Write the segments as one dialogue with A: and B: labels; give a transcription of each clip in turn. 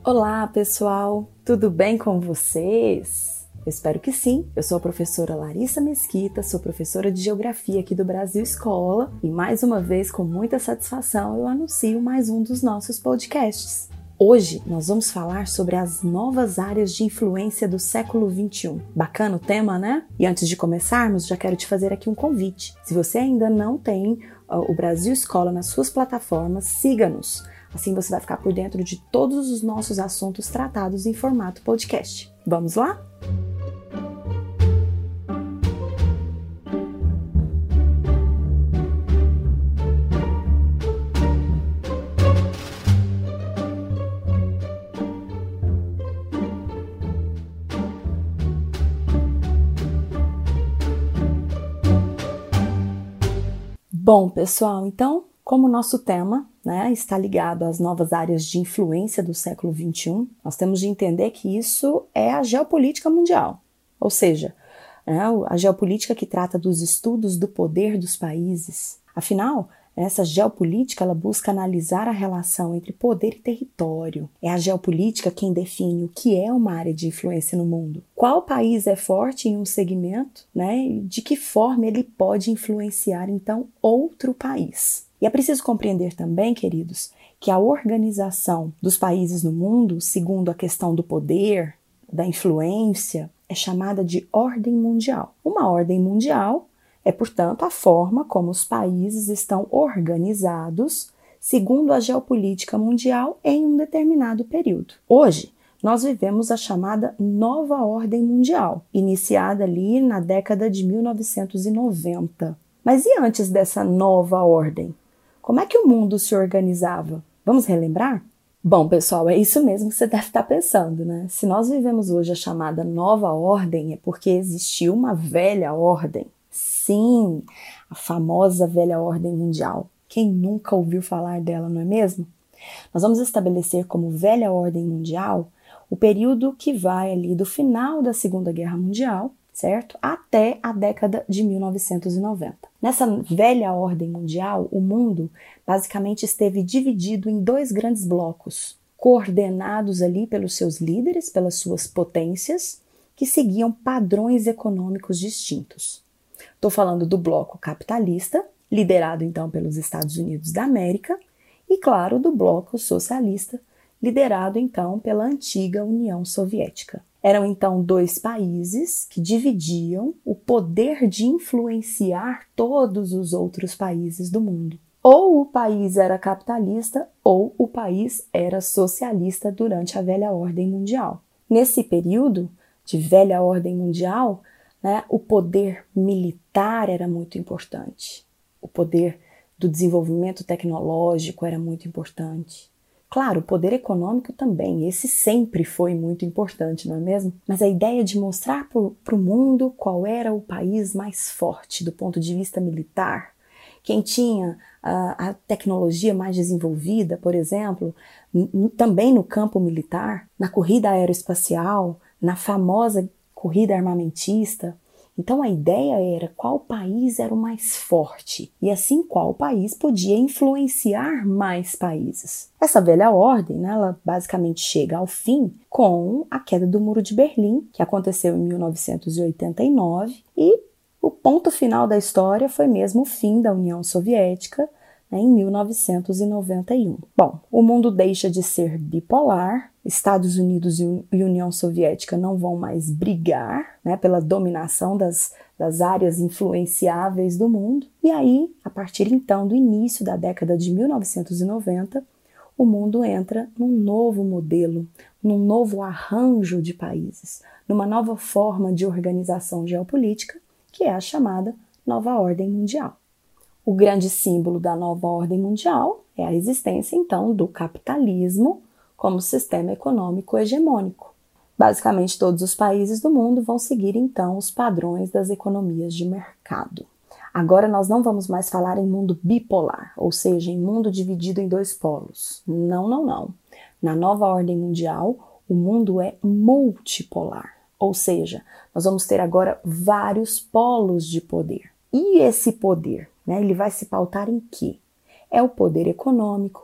A: Olá, pessoal! Tudo bem com vocês? Eu espero que sim. Eu sou a professora Larissa Mesquita, sou professora de Geografia aqui do Brasil Escola e mais uma vez, com muita satisfação, eu anuncio mais um dos nossos podcasts. Hoje nós vamos falar sobre as novas áreas de influência do século XXI. Bacana o tema, né? E antes de começarmos, já quero te fazer aqui um convite. Se você ainda não tem o Brasil Escola nas suas plataformas, siga-nos. Assim você vai ficar por dentro de todos os nossos assuntos tratados em formato podcast. Vamos lá? Bom, pessoal, então, como o nosso tema, está ligado às novas áreas de influência do século XXI, nós temos de entender que isso é a geopolítica mundial, ou seja, a geopolítica que trata dos estudos do poder dos países. Afinal, essa geopolítica ela busca analisar a relação entre poder e território. É a geopolítica quem define o que é uma área de influência no mundo. Qual país é forte em um segmento, e de que forma ele pode influenciar, então, outro país. E é preciso compreender também, queridos, que a organização dos países no mundo, segundo a questão do poder, da influência, é chamada de ordem mundial. Uma ordem mundial é, portanto, a forma como os países estão organizados segundo a geopolítica mundial em um determinado período. Hoje, nós vivemos a chamada Nova Ordem Mundial, iniciada ali na década de 1990. Mas e antes dessa nova ordem? Como é que o mundo se organizava? Vamos relembrar? Bom, pessoal, é isso mesmo que você deve estar pensando, né? Se nós vivemos hoje a chamada Nova Ordem, é porque existiu uma velha ordem. Sim, a famosa velha ordem mundial. Quem nunca ouviu falar dela, não é mesmo? Nós vamos estabelecer como velha ordem mundial o período que vai ali do final da Segunda Guerra Mundial, certo? Até a década de 1990. Nessa velha ordem mundial, o mundo basicamente esteve dividido em dois grandes blocos, coordenados ali pelos seus líderes, pelas suas potências, que seguiam padrões econômicos distintos. Estou falando do bloco capitalista, liderado então pelos Estados Unidos da América, e claro, do bloco socialista, liderado então pela antiga União Soviética. Eram então dois países que dividiam o poder de influenciar todos os outros países do mundo. Ou o país era capitalista ou o país era socialista durante a velha ordem mundial. Nesse período de velha ordem mundial, o poder militar era muito importante. O poder do desenvolvimento tecnológico era muito importante. Claro, o poder econômico também, esse sempre foi muito importante, não é mesmo? Mas a ideia de mostrar para o mundo qual era o país mais forte do ponto de vista militar, quem tinha a tecnologia mais desenvolvida, por exemplo, também no campo militar, na corrida aeroespacial, na famosa corrida armamentista. Então a ideia era qual país era o mais forte e assim qual país podia influenciar mais países. Essa velha ordem, ela basicamente chega ao fim com a queda do Muro de Berlim, que aconteceu em 1989, e o ponto final da história foi mesmo o fim da União Soviética, em 1991. Bom, o mundo deixa de ser bipolar, Estados Unidos e União Soviética não vão mais brigar, pela dominação das áreas influenciáveis do mundo, e aí, a partir então do início da década de 1990, o mundo entra num novo modelo, num novo arranjo de países, numa nova forma de organização geopolítica, que é a chamada Nova Ordem Mundial. O grande símbolo da nova ordem mundial é a existência, então, do capitalismo como sistema econômico hegemônico. Basicamente, todos os países do mundo vão seguir, então, os padrões das economias de mercado. Agora, nós não vamos mais falar em mundo bipolar, ou seja, em mundo dividido em dois polos. Não, não, não. Na nova ordem mundial, o mundo é multipolar, ou seja, nós vamos ter agora vários polos de poder. E esse poder, ele vai se pautar em quê? É o poder econômico,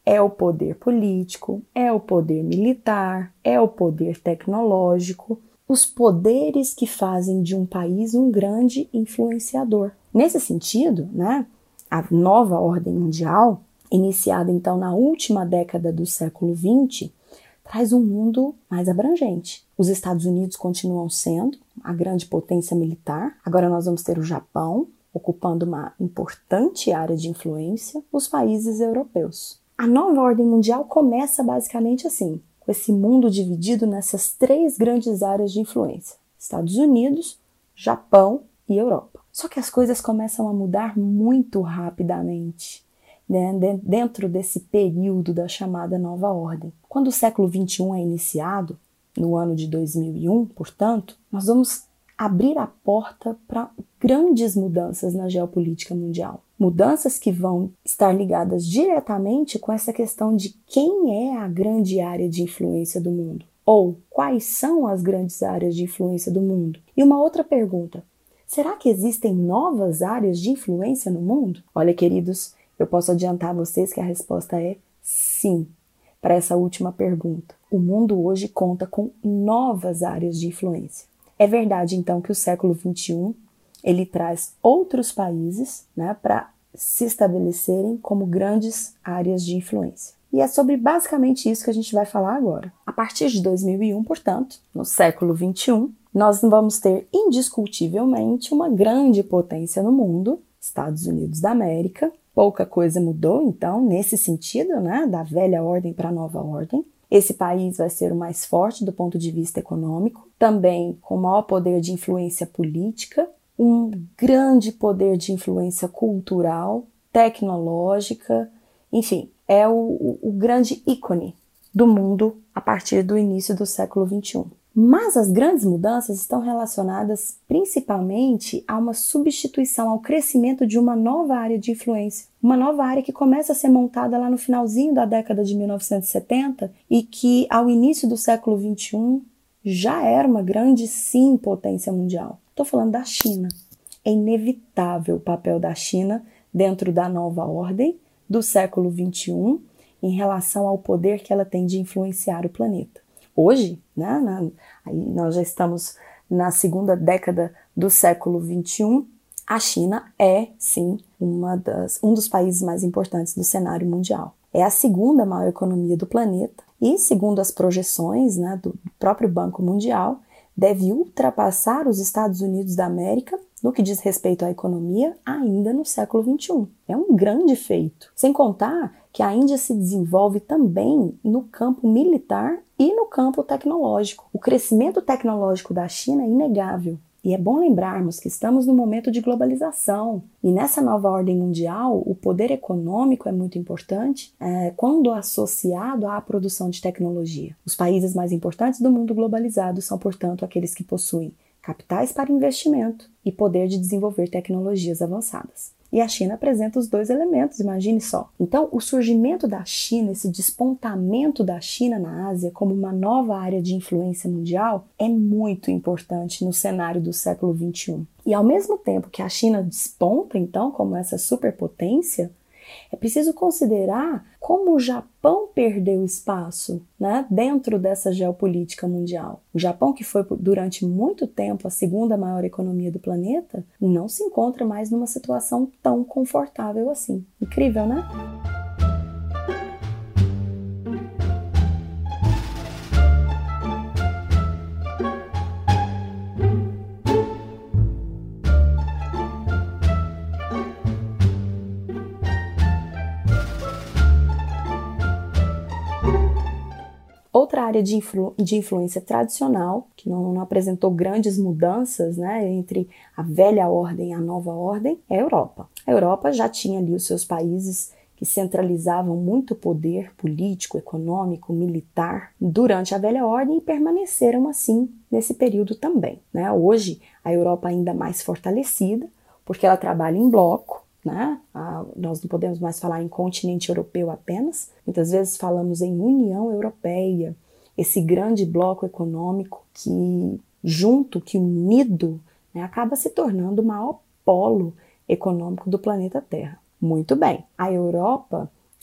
A: É o poder político, é o poder militar, é o poder tecnológico, os poderes que fazem de um país um grande influenciador. Nesse sentido, né, a nova ordem mundial, iniciada então na última década do século XX, traz um mundo mais abrangente. Os Estados Unidos continuam sendo a grande potência militar. Agora nós vamos ter o Japão, ocupando uma importante área de influência, os países europeus. A nova ordem mundial começa basicamente assim, com esse mundo dividido nessas três grandes áreas de influência: Estados Unidos, Japão e Europa. Só que as coisas começam a mudar muito rapidamente, né, dentro desse período da chamada nova ordem. Quando o século XXI é iniciado, no ano de 2001, portanto, nós vamos abrir a porta para grandes mudanças na geopolítica mundial. Mudanças que vão estar ligadas diretamente com essa questão de quem é a grande área de influência do mundo, ou quais são as grandes áreas de influência do mundo. E uma outra pergunta: será que existem novas áreas de influência no mundo? Olha, queridos, eu posso adiantar a vocês que a resposta é sim. Para essa última pergunta, o mundo hoje conta com novas áreas de influência. É verdade, então, que o século XXI ele traz outros países, né, para se estabelecerem como grandes áreas de influência. E é sobre basicamente isso que a gente vai falar agora. A partir de 2001, portanto, no século XXI, nós vamos ter indiscutivelmente uma grande potência no mundo, Estados Unidos da América. Pouca coisa mudou, então, nesse sentido, né, da velha ordem para a nova ordem. Esse país vai ser o mais forte do ponto de vista econômico, também com maior poder de influência política, um grande poder de influência cultural, tecnológica, enfim, é o grande ícone do mundo a partir do início do século XXI. Mas as grandes mudanças estão relacionadas principalmente a uma substituição, ao crescimento de uma nova área de influência. Uma nova área que começa a ser montada lá no finalzinho da década de 1970 e que, ao início do século XXI, já era uma grande, sim, potência mundial. Estou falando da China. É inevitável o papel da China dentro da nova ordem do século XXI em relação ao poder que ela tem de influenciar o planeta. Hoje, né, aí nós já estamos na segunda década do século XXI, a China é, sim, um dos países mais importantes do cenário mundial. É a segunda maior economia do planeta e, segundo as projeções, né, do próprio Banco Mundial, deve ultrapassar os Estados Unidos da América no que diz respeito à economia ainda no século XXI. É um grande feito. Sem contar que a Índia se desenvolve também no campo militar e no campo tecnológico. O crescimento tecnológico da China é inegável. E é bom lembrarmos que estamos num momento de globalização. E nessa nova ordem mundial, o poder econômico é muito importante quando associado à produção de tecnologia. Os países mais importantes do mundo globalizado são, portanto, aqueles que possuem capitais para investimento e poder de desenvolver tecnologias avançadas. E a China apresenta os dois elementos, imagine só. Então, o surgimento da China, esse despontamento da China na Ásia como uma nova área de influência mundial é muito importante no cenário do século XXI. E ao mesmo tempo que a China desponta, então, como essa superpotência, é preciso considerar como o Japão perdeu espaço, né, dentro dessa geopolítica mundial. O Japão, que foi durante muito tempo a segunda maior economia do planeta, não se encontra mais numa situação tão confortável assim. Incrível, né? Outra área de influência tradicional, que não apresentou grandes mudanças, né, entre a velha ordem e a nova ordem, é a Europa. A Europa já tinha ali os seus países que centralizavam muito poder político, econômico, militar durante a velha ordem e permaneceram assim nesse período também, né? Hoje, a Europa ainda mais fortalecida, porque ela trabalha em bloco, né? Nós não podemos mais falar em continente europeu apenas, muitas vezes falamos em União Europeia, esse grande bloco econômico que unido, né, acaba se tornando o maior polo econômico do planeta Terra. Muito bem, a Europa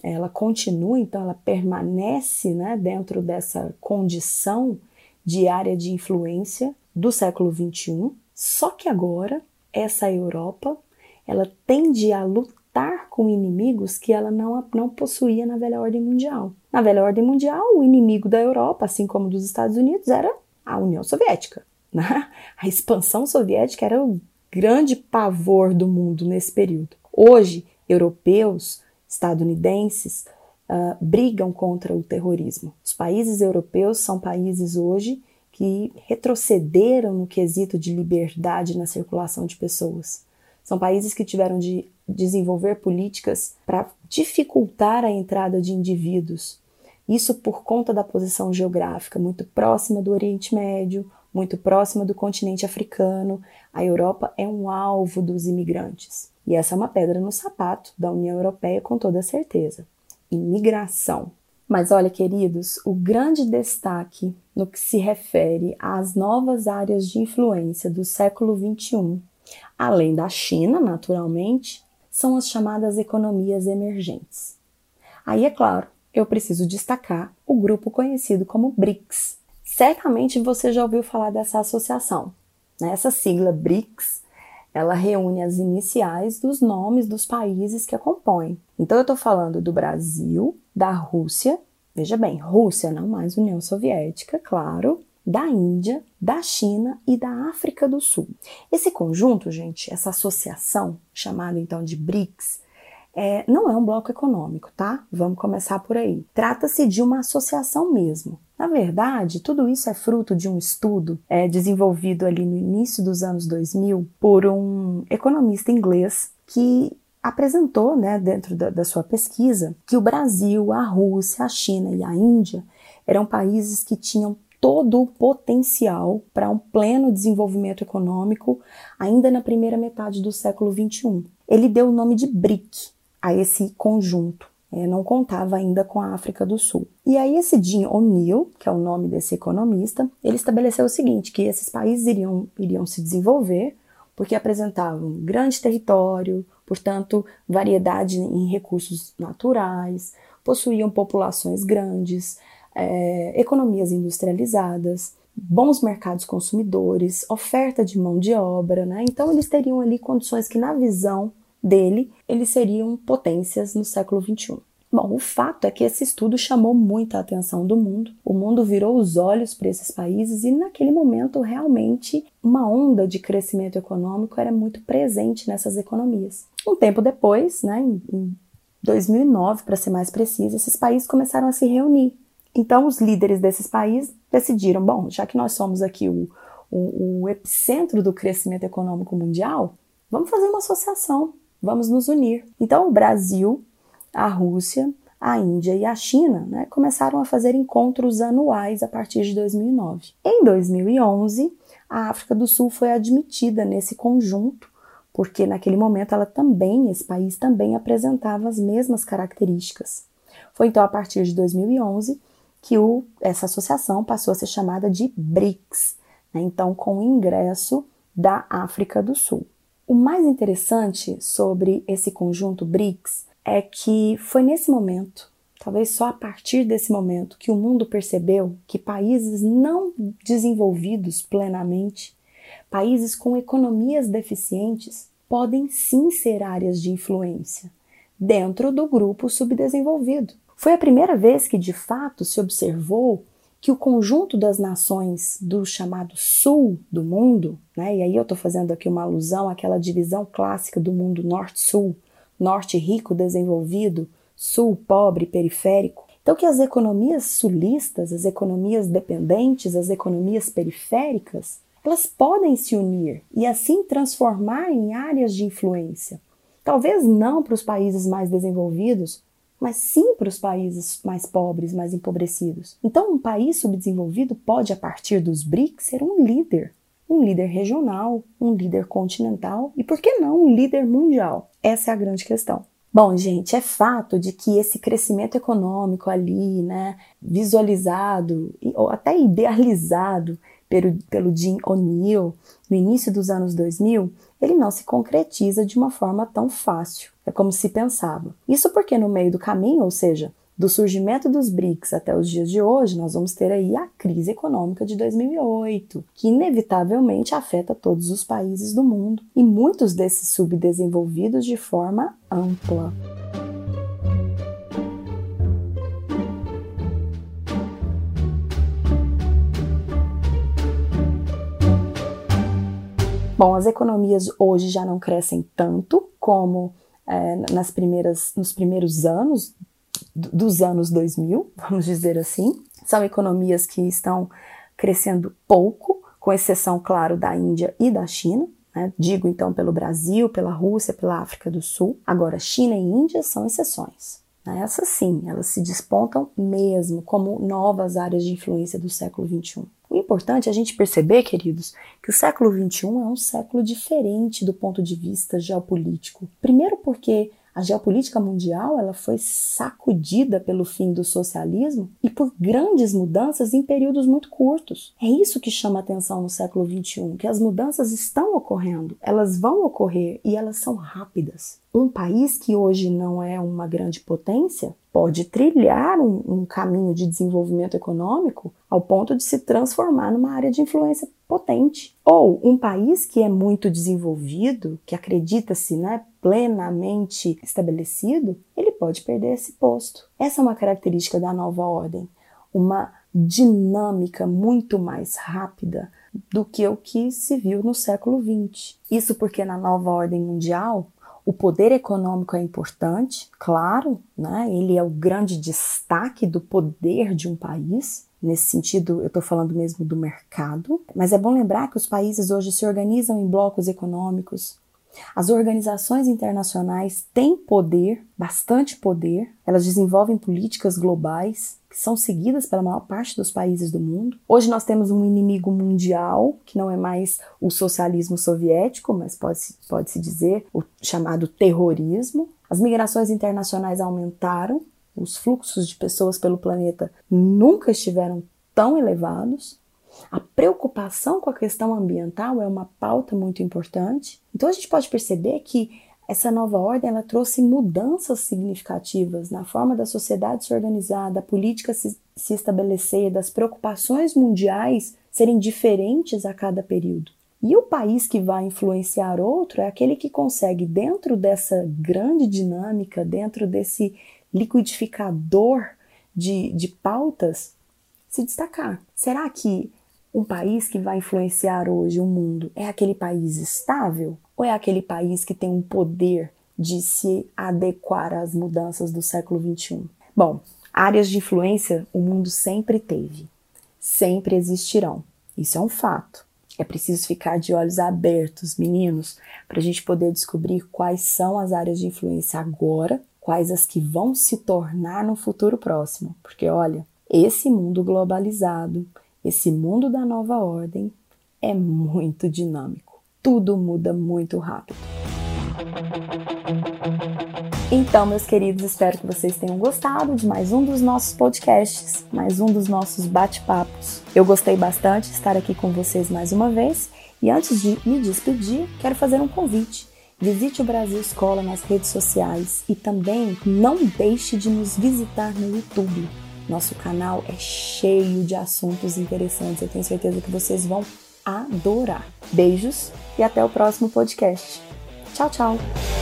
A: ela continua, então ela permanece, né, dentro dessa condição de área de influência do século XXI, só que agora essa Europa, ela tende a lutar com inimigos que ela não possuía na velha ordem mundial. Na velha ordem mundial, o inimigo da Europa, assim como dos Estados Unidos, era a União Soviética, né? A expansão soviética era o grande pavor do mundo nesse período. Hoje, europeus, estadunidenses, brigam contra o terrorismo. Os países europeus são países hoje que retrocederam no quesito de liberdade na circulação de pessoas. São países que tiveram de desenvolver políticas para dificultar a entrada de indivíduos. Isso por conta da posição geográfica, muito próxima do Oriente Médio, muito próxima do continente africano. A Europa é um alvo dos imigrantes. E essa é uma pedra no sapato da União Europeia, com toda certeza. Imigração. Mas olha, queridos, o grande destaque no que se refere às novas áreas de influência do século XXI, além da China, naturalmente, são as chamadas economias emergentes. Aí, é claro, eu preciso destacar o grupo conhecido como BRICS. Certamente você já ouviu falar dessa associação, né? Essa sigla BRICS, ela reúne as iniciais dos nomes dos países que a compõem. Então eu estou falando do Brasil, da Rússia, veja bem, Rússia, não mais União Soviética, claro, da Índia, da China e da África do Sul. Esse conjunto, gente, essa associação, chamada então de BRICS, não é um bloco econômico, tá? Vamos começar por aí. Trata-se de uma associação mesmo. Na verdade, tudo isso é fruto de um estudo desenvolvido ali no início dos anos 2000 por um economista inglês que apresentou, né, dentro da sua pesquisa, que o Brasil, a Rússia, a China e a Índia eram países que tinham todo o potencial para um pleno desenvolvimento econômico ainda na primeira metade do século XXI. Ele deu o nome de BRIC a esse conjunto. Não contava ainda com a África do Sul. E aí esse Jim O'Neill, que é o nome desse economista, ele estabeleceu o seguinte, que esses países iriam se desenvolver porque apresentavam grande território, portanto, variedade em recursos naturais, possuíam populações grandes, economias industrializadas, bons mercados consumidores, oferta de mão de obra, né? Então eles teriam ali condições que, na visão dele, eles seriam potências no século XXI. Bom, o fato é que esse estudo chamou muita atenção do mundo. O mundo virou os olhos para esses países e, naquele momento, realmente, uma onda de crescimento econômico era muito presente nessas economias. Um tempo depois, né, em 2009, para ser mais preciso, esses países começaram a se reunir. Então, os líderes desses países decidiram, bom, já que nós somos aqui o epicentro do crescimento econômico mundial, vamos fazer uma associação. Vamos nos unir. Então, o Brasil, a Rússia, a Índia e a China, né, começaram a fazer encontros anuais a partir de 2009. Em 2011, a África do Sul foi admitida nesse conjunto, porque naquele momento esse país também apresentava as mesmas características. Foi então a partir de 2011 que essa associação passou a ser chamada de BRICS, né, então com o ingresso da África do Sul. O mais interessante sobre esse conjunto BRICS é que foi nesse momento, talvez só a partir desse momento, que o mundo percebeu que países não desenvolvidos plenamente, países com economias deficientes, podem sim ser áreas de influência dentro do grupo subdesenvolvido. Foi a primeira vez que, de fato, se observou que o conjunto das nações do chamado Sul do mundo, né, e aí eu estou fazendo aqui uma alusão àquela divisão clássica do mundo Norte-Sul, Norte rico, desenvolvido, Sul pobre, periférico. Então que as economias sulistas, as economias dependentes, as economias periféricas, elas podem se unir e assim transformar em áreas de influência. Talvez não para os países mais desenvolvidos, mas sim para os países mais pobres, mais empobrecidos. Então, um país subdesenvolvido pode, a partir dos BRICS, ser um líder regional, um líder continental e, por que não, um líder mundial? Essa é a grande questão. Bom, gente, é fato de que esse crescimento econômico ali, né, visualizado ou até idealizado pelo Jim O'Neill no início dos anos 2000, ele não se concretiza de uma forma tão fácil. É como se pensava. Isso porque no meio do caminho, ou seja, do surgimento dos BRICS até os dias de hoje, nós vamos ter aí a crise econômica de 2008, que inevitavelmente afeta todos os países do mundo e muitos desses subdesenvolvidos de forma ampla. Bom, as economias hoje já não crescem tanto como nos primeiros anos dos anos 2000, vamos dizer assim. São economias que estão crescendo pouco, com exceção, claro, da Índia e da China, né? Digo então pelo Brasil, pela Rússia, pela África do Sul. Agora, China e Índia são exceções. Essas sim, elas se despontam mesmo como novas áreas de influência do século XXI. O importante é a gente perceber, queridos, que o século XXI é um século diferente do ponto de vista geopolítico. Primeiro porque a geopolítica mundial ela foi sacudida pelo fim do socialismo e por grandes mudanças em períodos muito curtos. É isso que chama a atenção no século XXI, que as mudanças estão ocorrendo, elas vão ocorrer e elas são rápidas. Um país que hoje não é uma grande potência pode trilhar um caminho de desenvolvimento econômico ao ponto de se transformar numa área de influência potente. Ou um país que é muito desenvolvido, que acredita-se, plenamente estabelecido, ele pode perder esse posto. Essa é uma característica da nova ordem, uma dinâmica muito mais rápida do que o que se viu no século XX. Isso porque na nova ordem mundial, o poder econômico é importante, claro, ele é o grande destaque do poder de um país. Nesse sentido, eu estou falando mesmo do mercado. Mas é bom lembrar que os países hoje se organizam em blocos econômicos. As organizações internacionais têm poder, bastante poder. Elas desenvolvem políticas globais que são seguidas pela maior parte dos países do mundo. Hoje nós temos um inimigo mundial, que não é mais o socialismo soviético, mas pode-se dizer o chamado terrorismo. As migrações internacionais aumentaram, os fluxos de pessoas pelo planeta nunca estiveram tão elevados. A preocupação com a questão ambiental é uma pauta muito importante. Então a gente pode perceber que essa nova ordem ela trouxe mudanças significativas na forma da sociedade se organizar, da política se estabelecer, das preocupações mundiais serem diferentes a cada período. E o país que vai influenciar outro é aquele que consegue, dentro dessa grande dinâmica, dentro desse liquidificador de pautas, se destacar. Será que um país que vai influenciar hoje o mundo é aquele país estável? Ou é aquele país que tem um poder de se adequar às mudanças do século XXI? Bom, áreas de influência o mundo sempre teve, sempre existirão. Isso é um fato. É preciso ficar de olhos abertos, meninos, para a gente poder descobrir quais são as áreas de influência agora, quais as que vão se tornar no futuro próximo. Porque, olha, esse mundo globalizado, esse mundo da nova ordem é muito dinâmico. Tudo muda muito rápido. Então, meus queridos, espero que vocês tenham gostado de mais um dos nossos podcasts, mais um dos nossos bate-papos. Eu gostei bastante de estar aqui com vocês mais uma vez e antes de me despedir, quero fazer um convite. Visite o Brasil Escola nas redes sociais e também não deixe de nos visitar no YouTube. Nosso canal é cheio de assuntos interessantes, eu tenho certeza que vocês vão adorar. Beijos e até o próximo podcast. Tchau, tchau!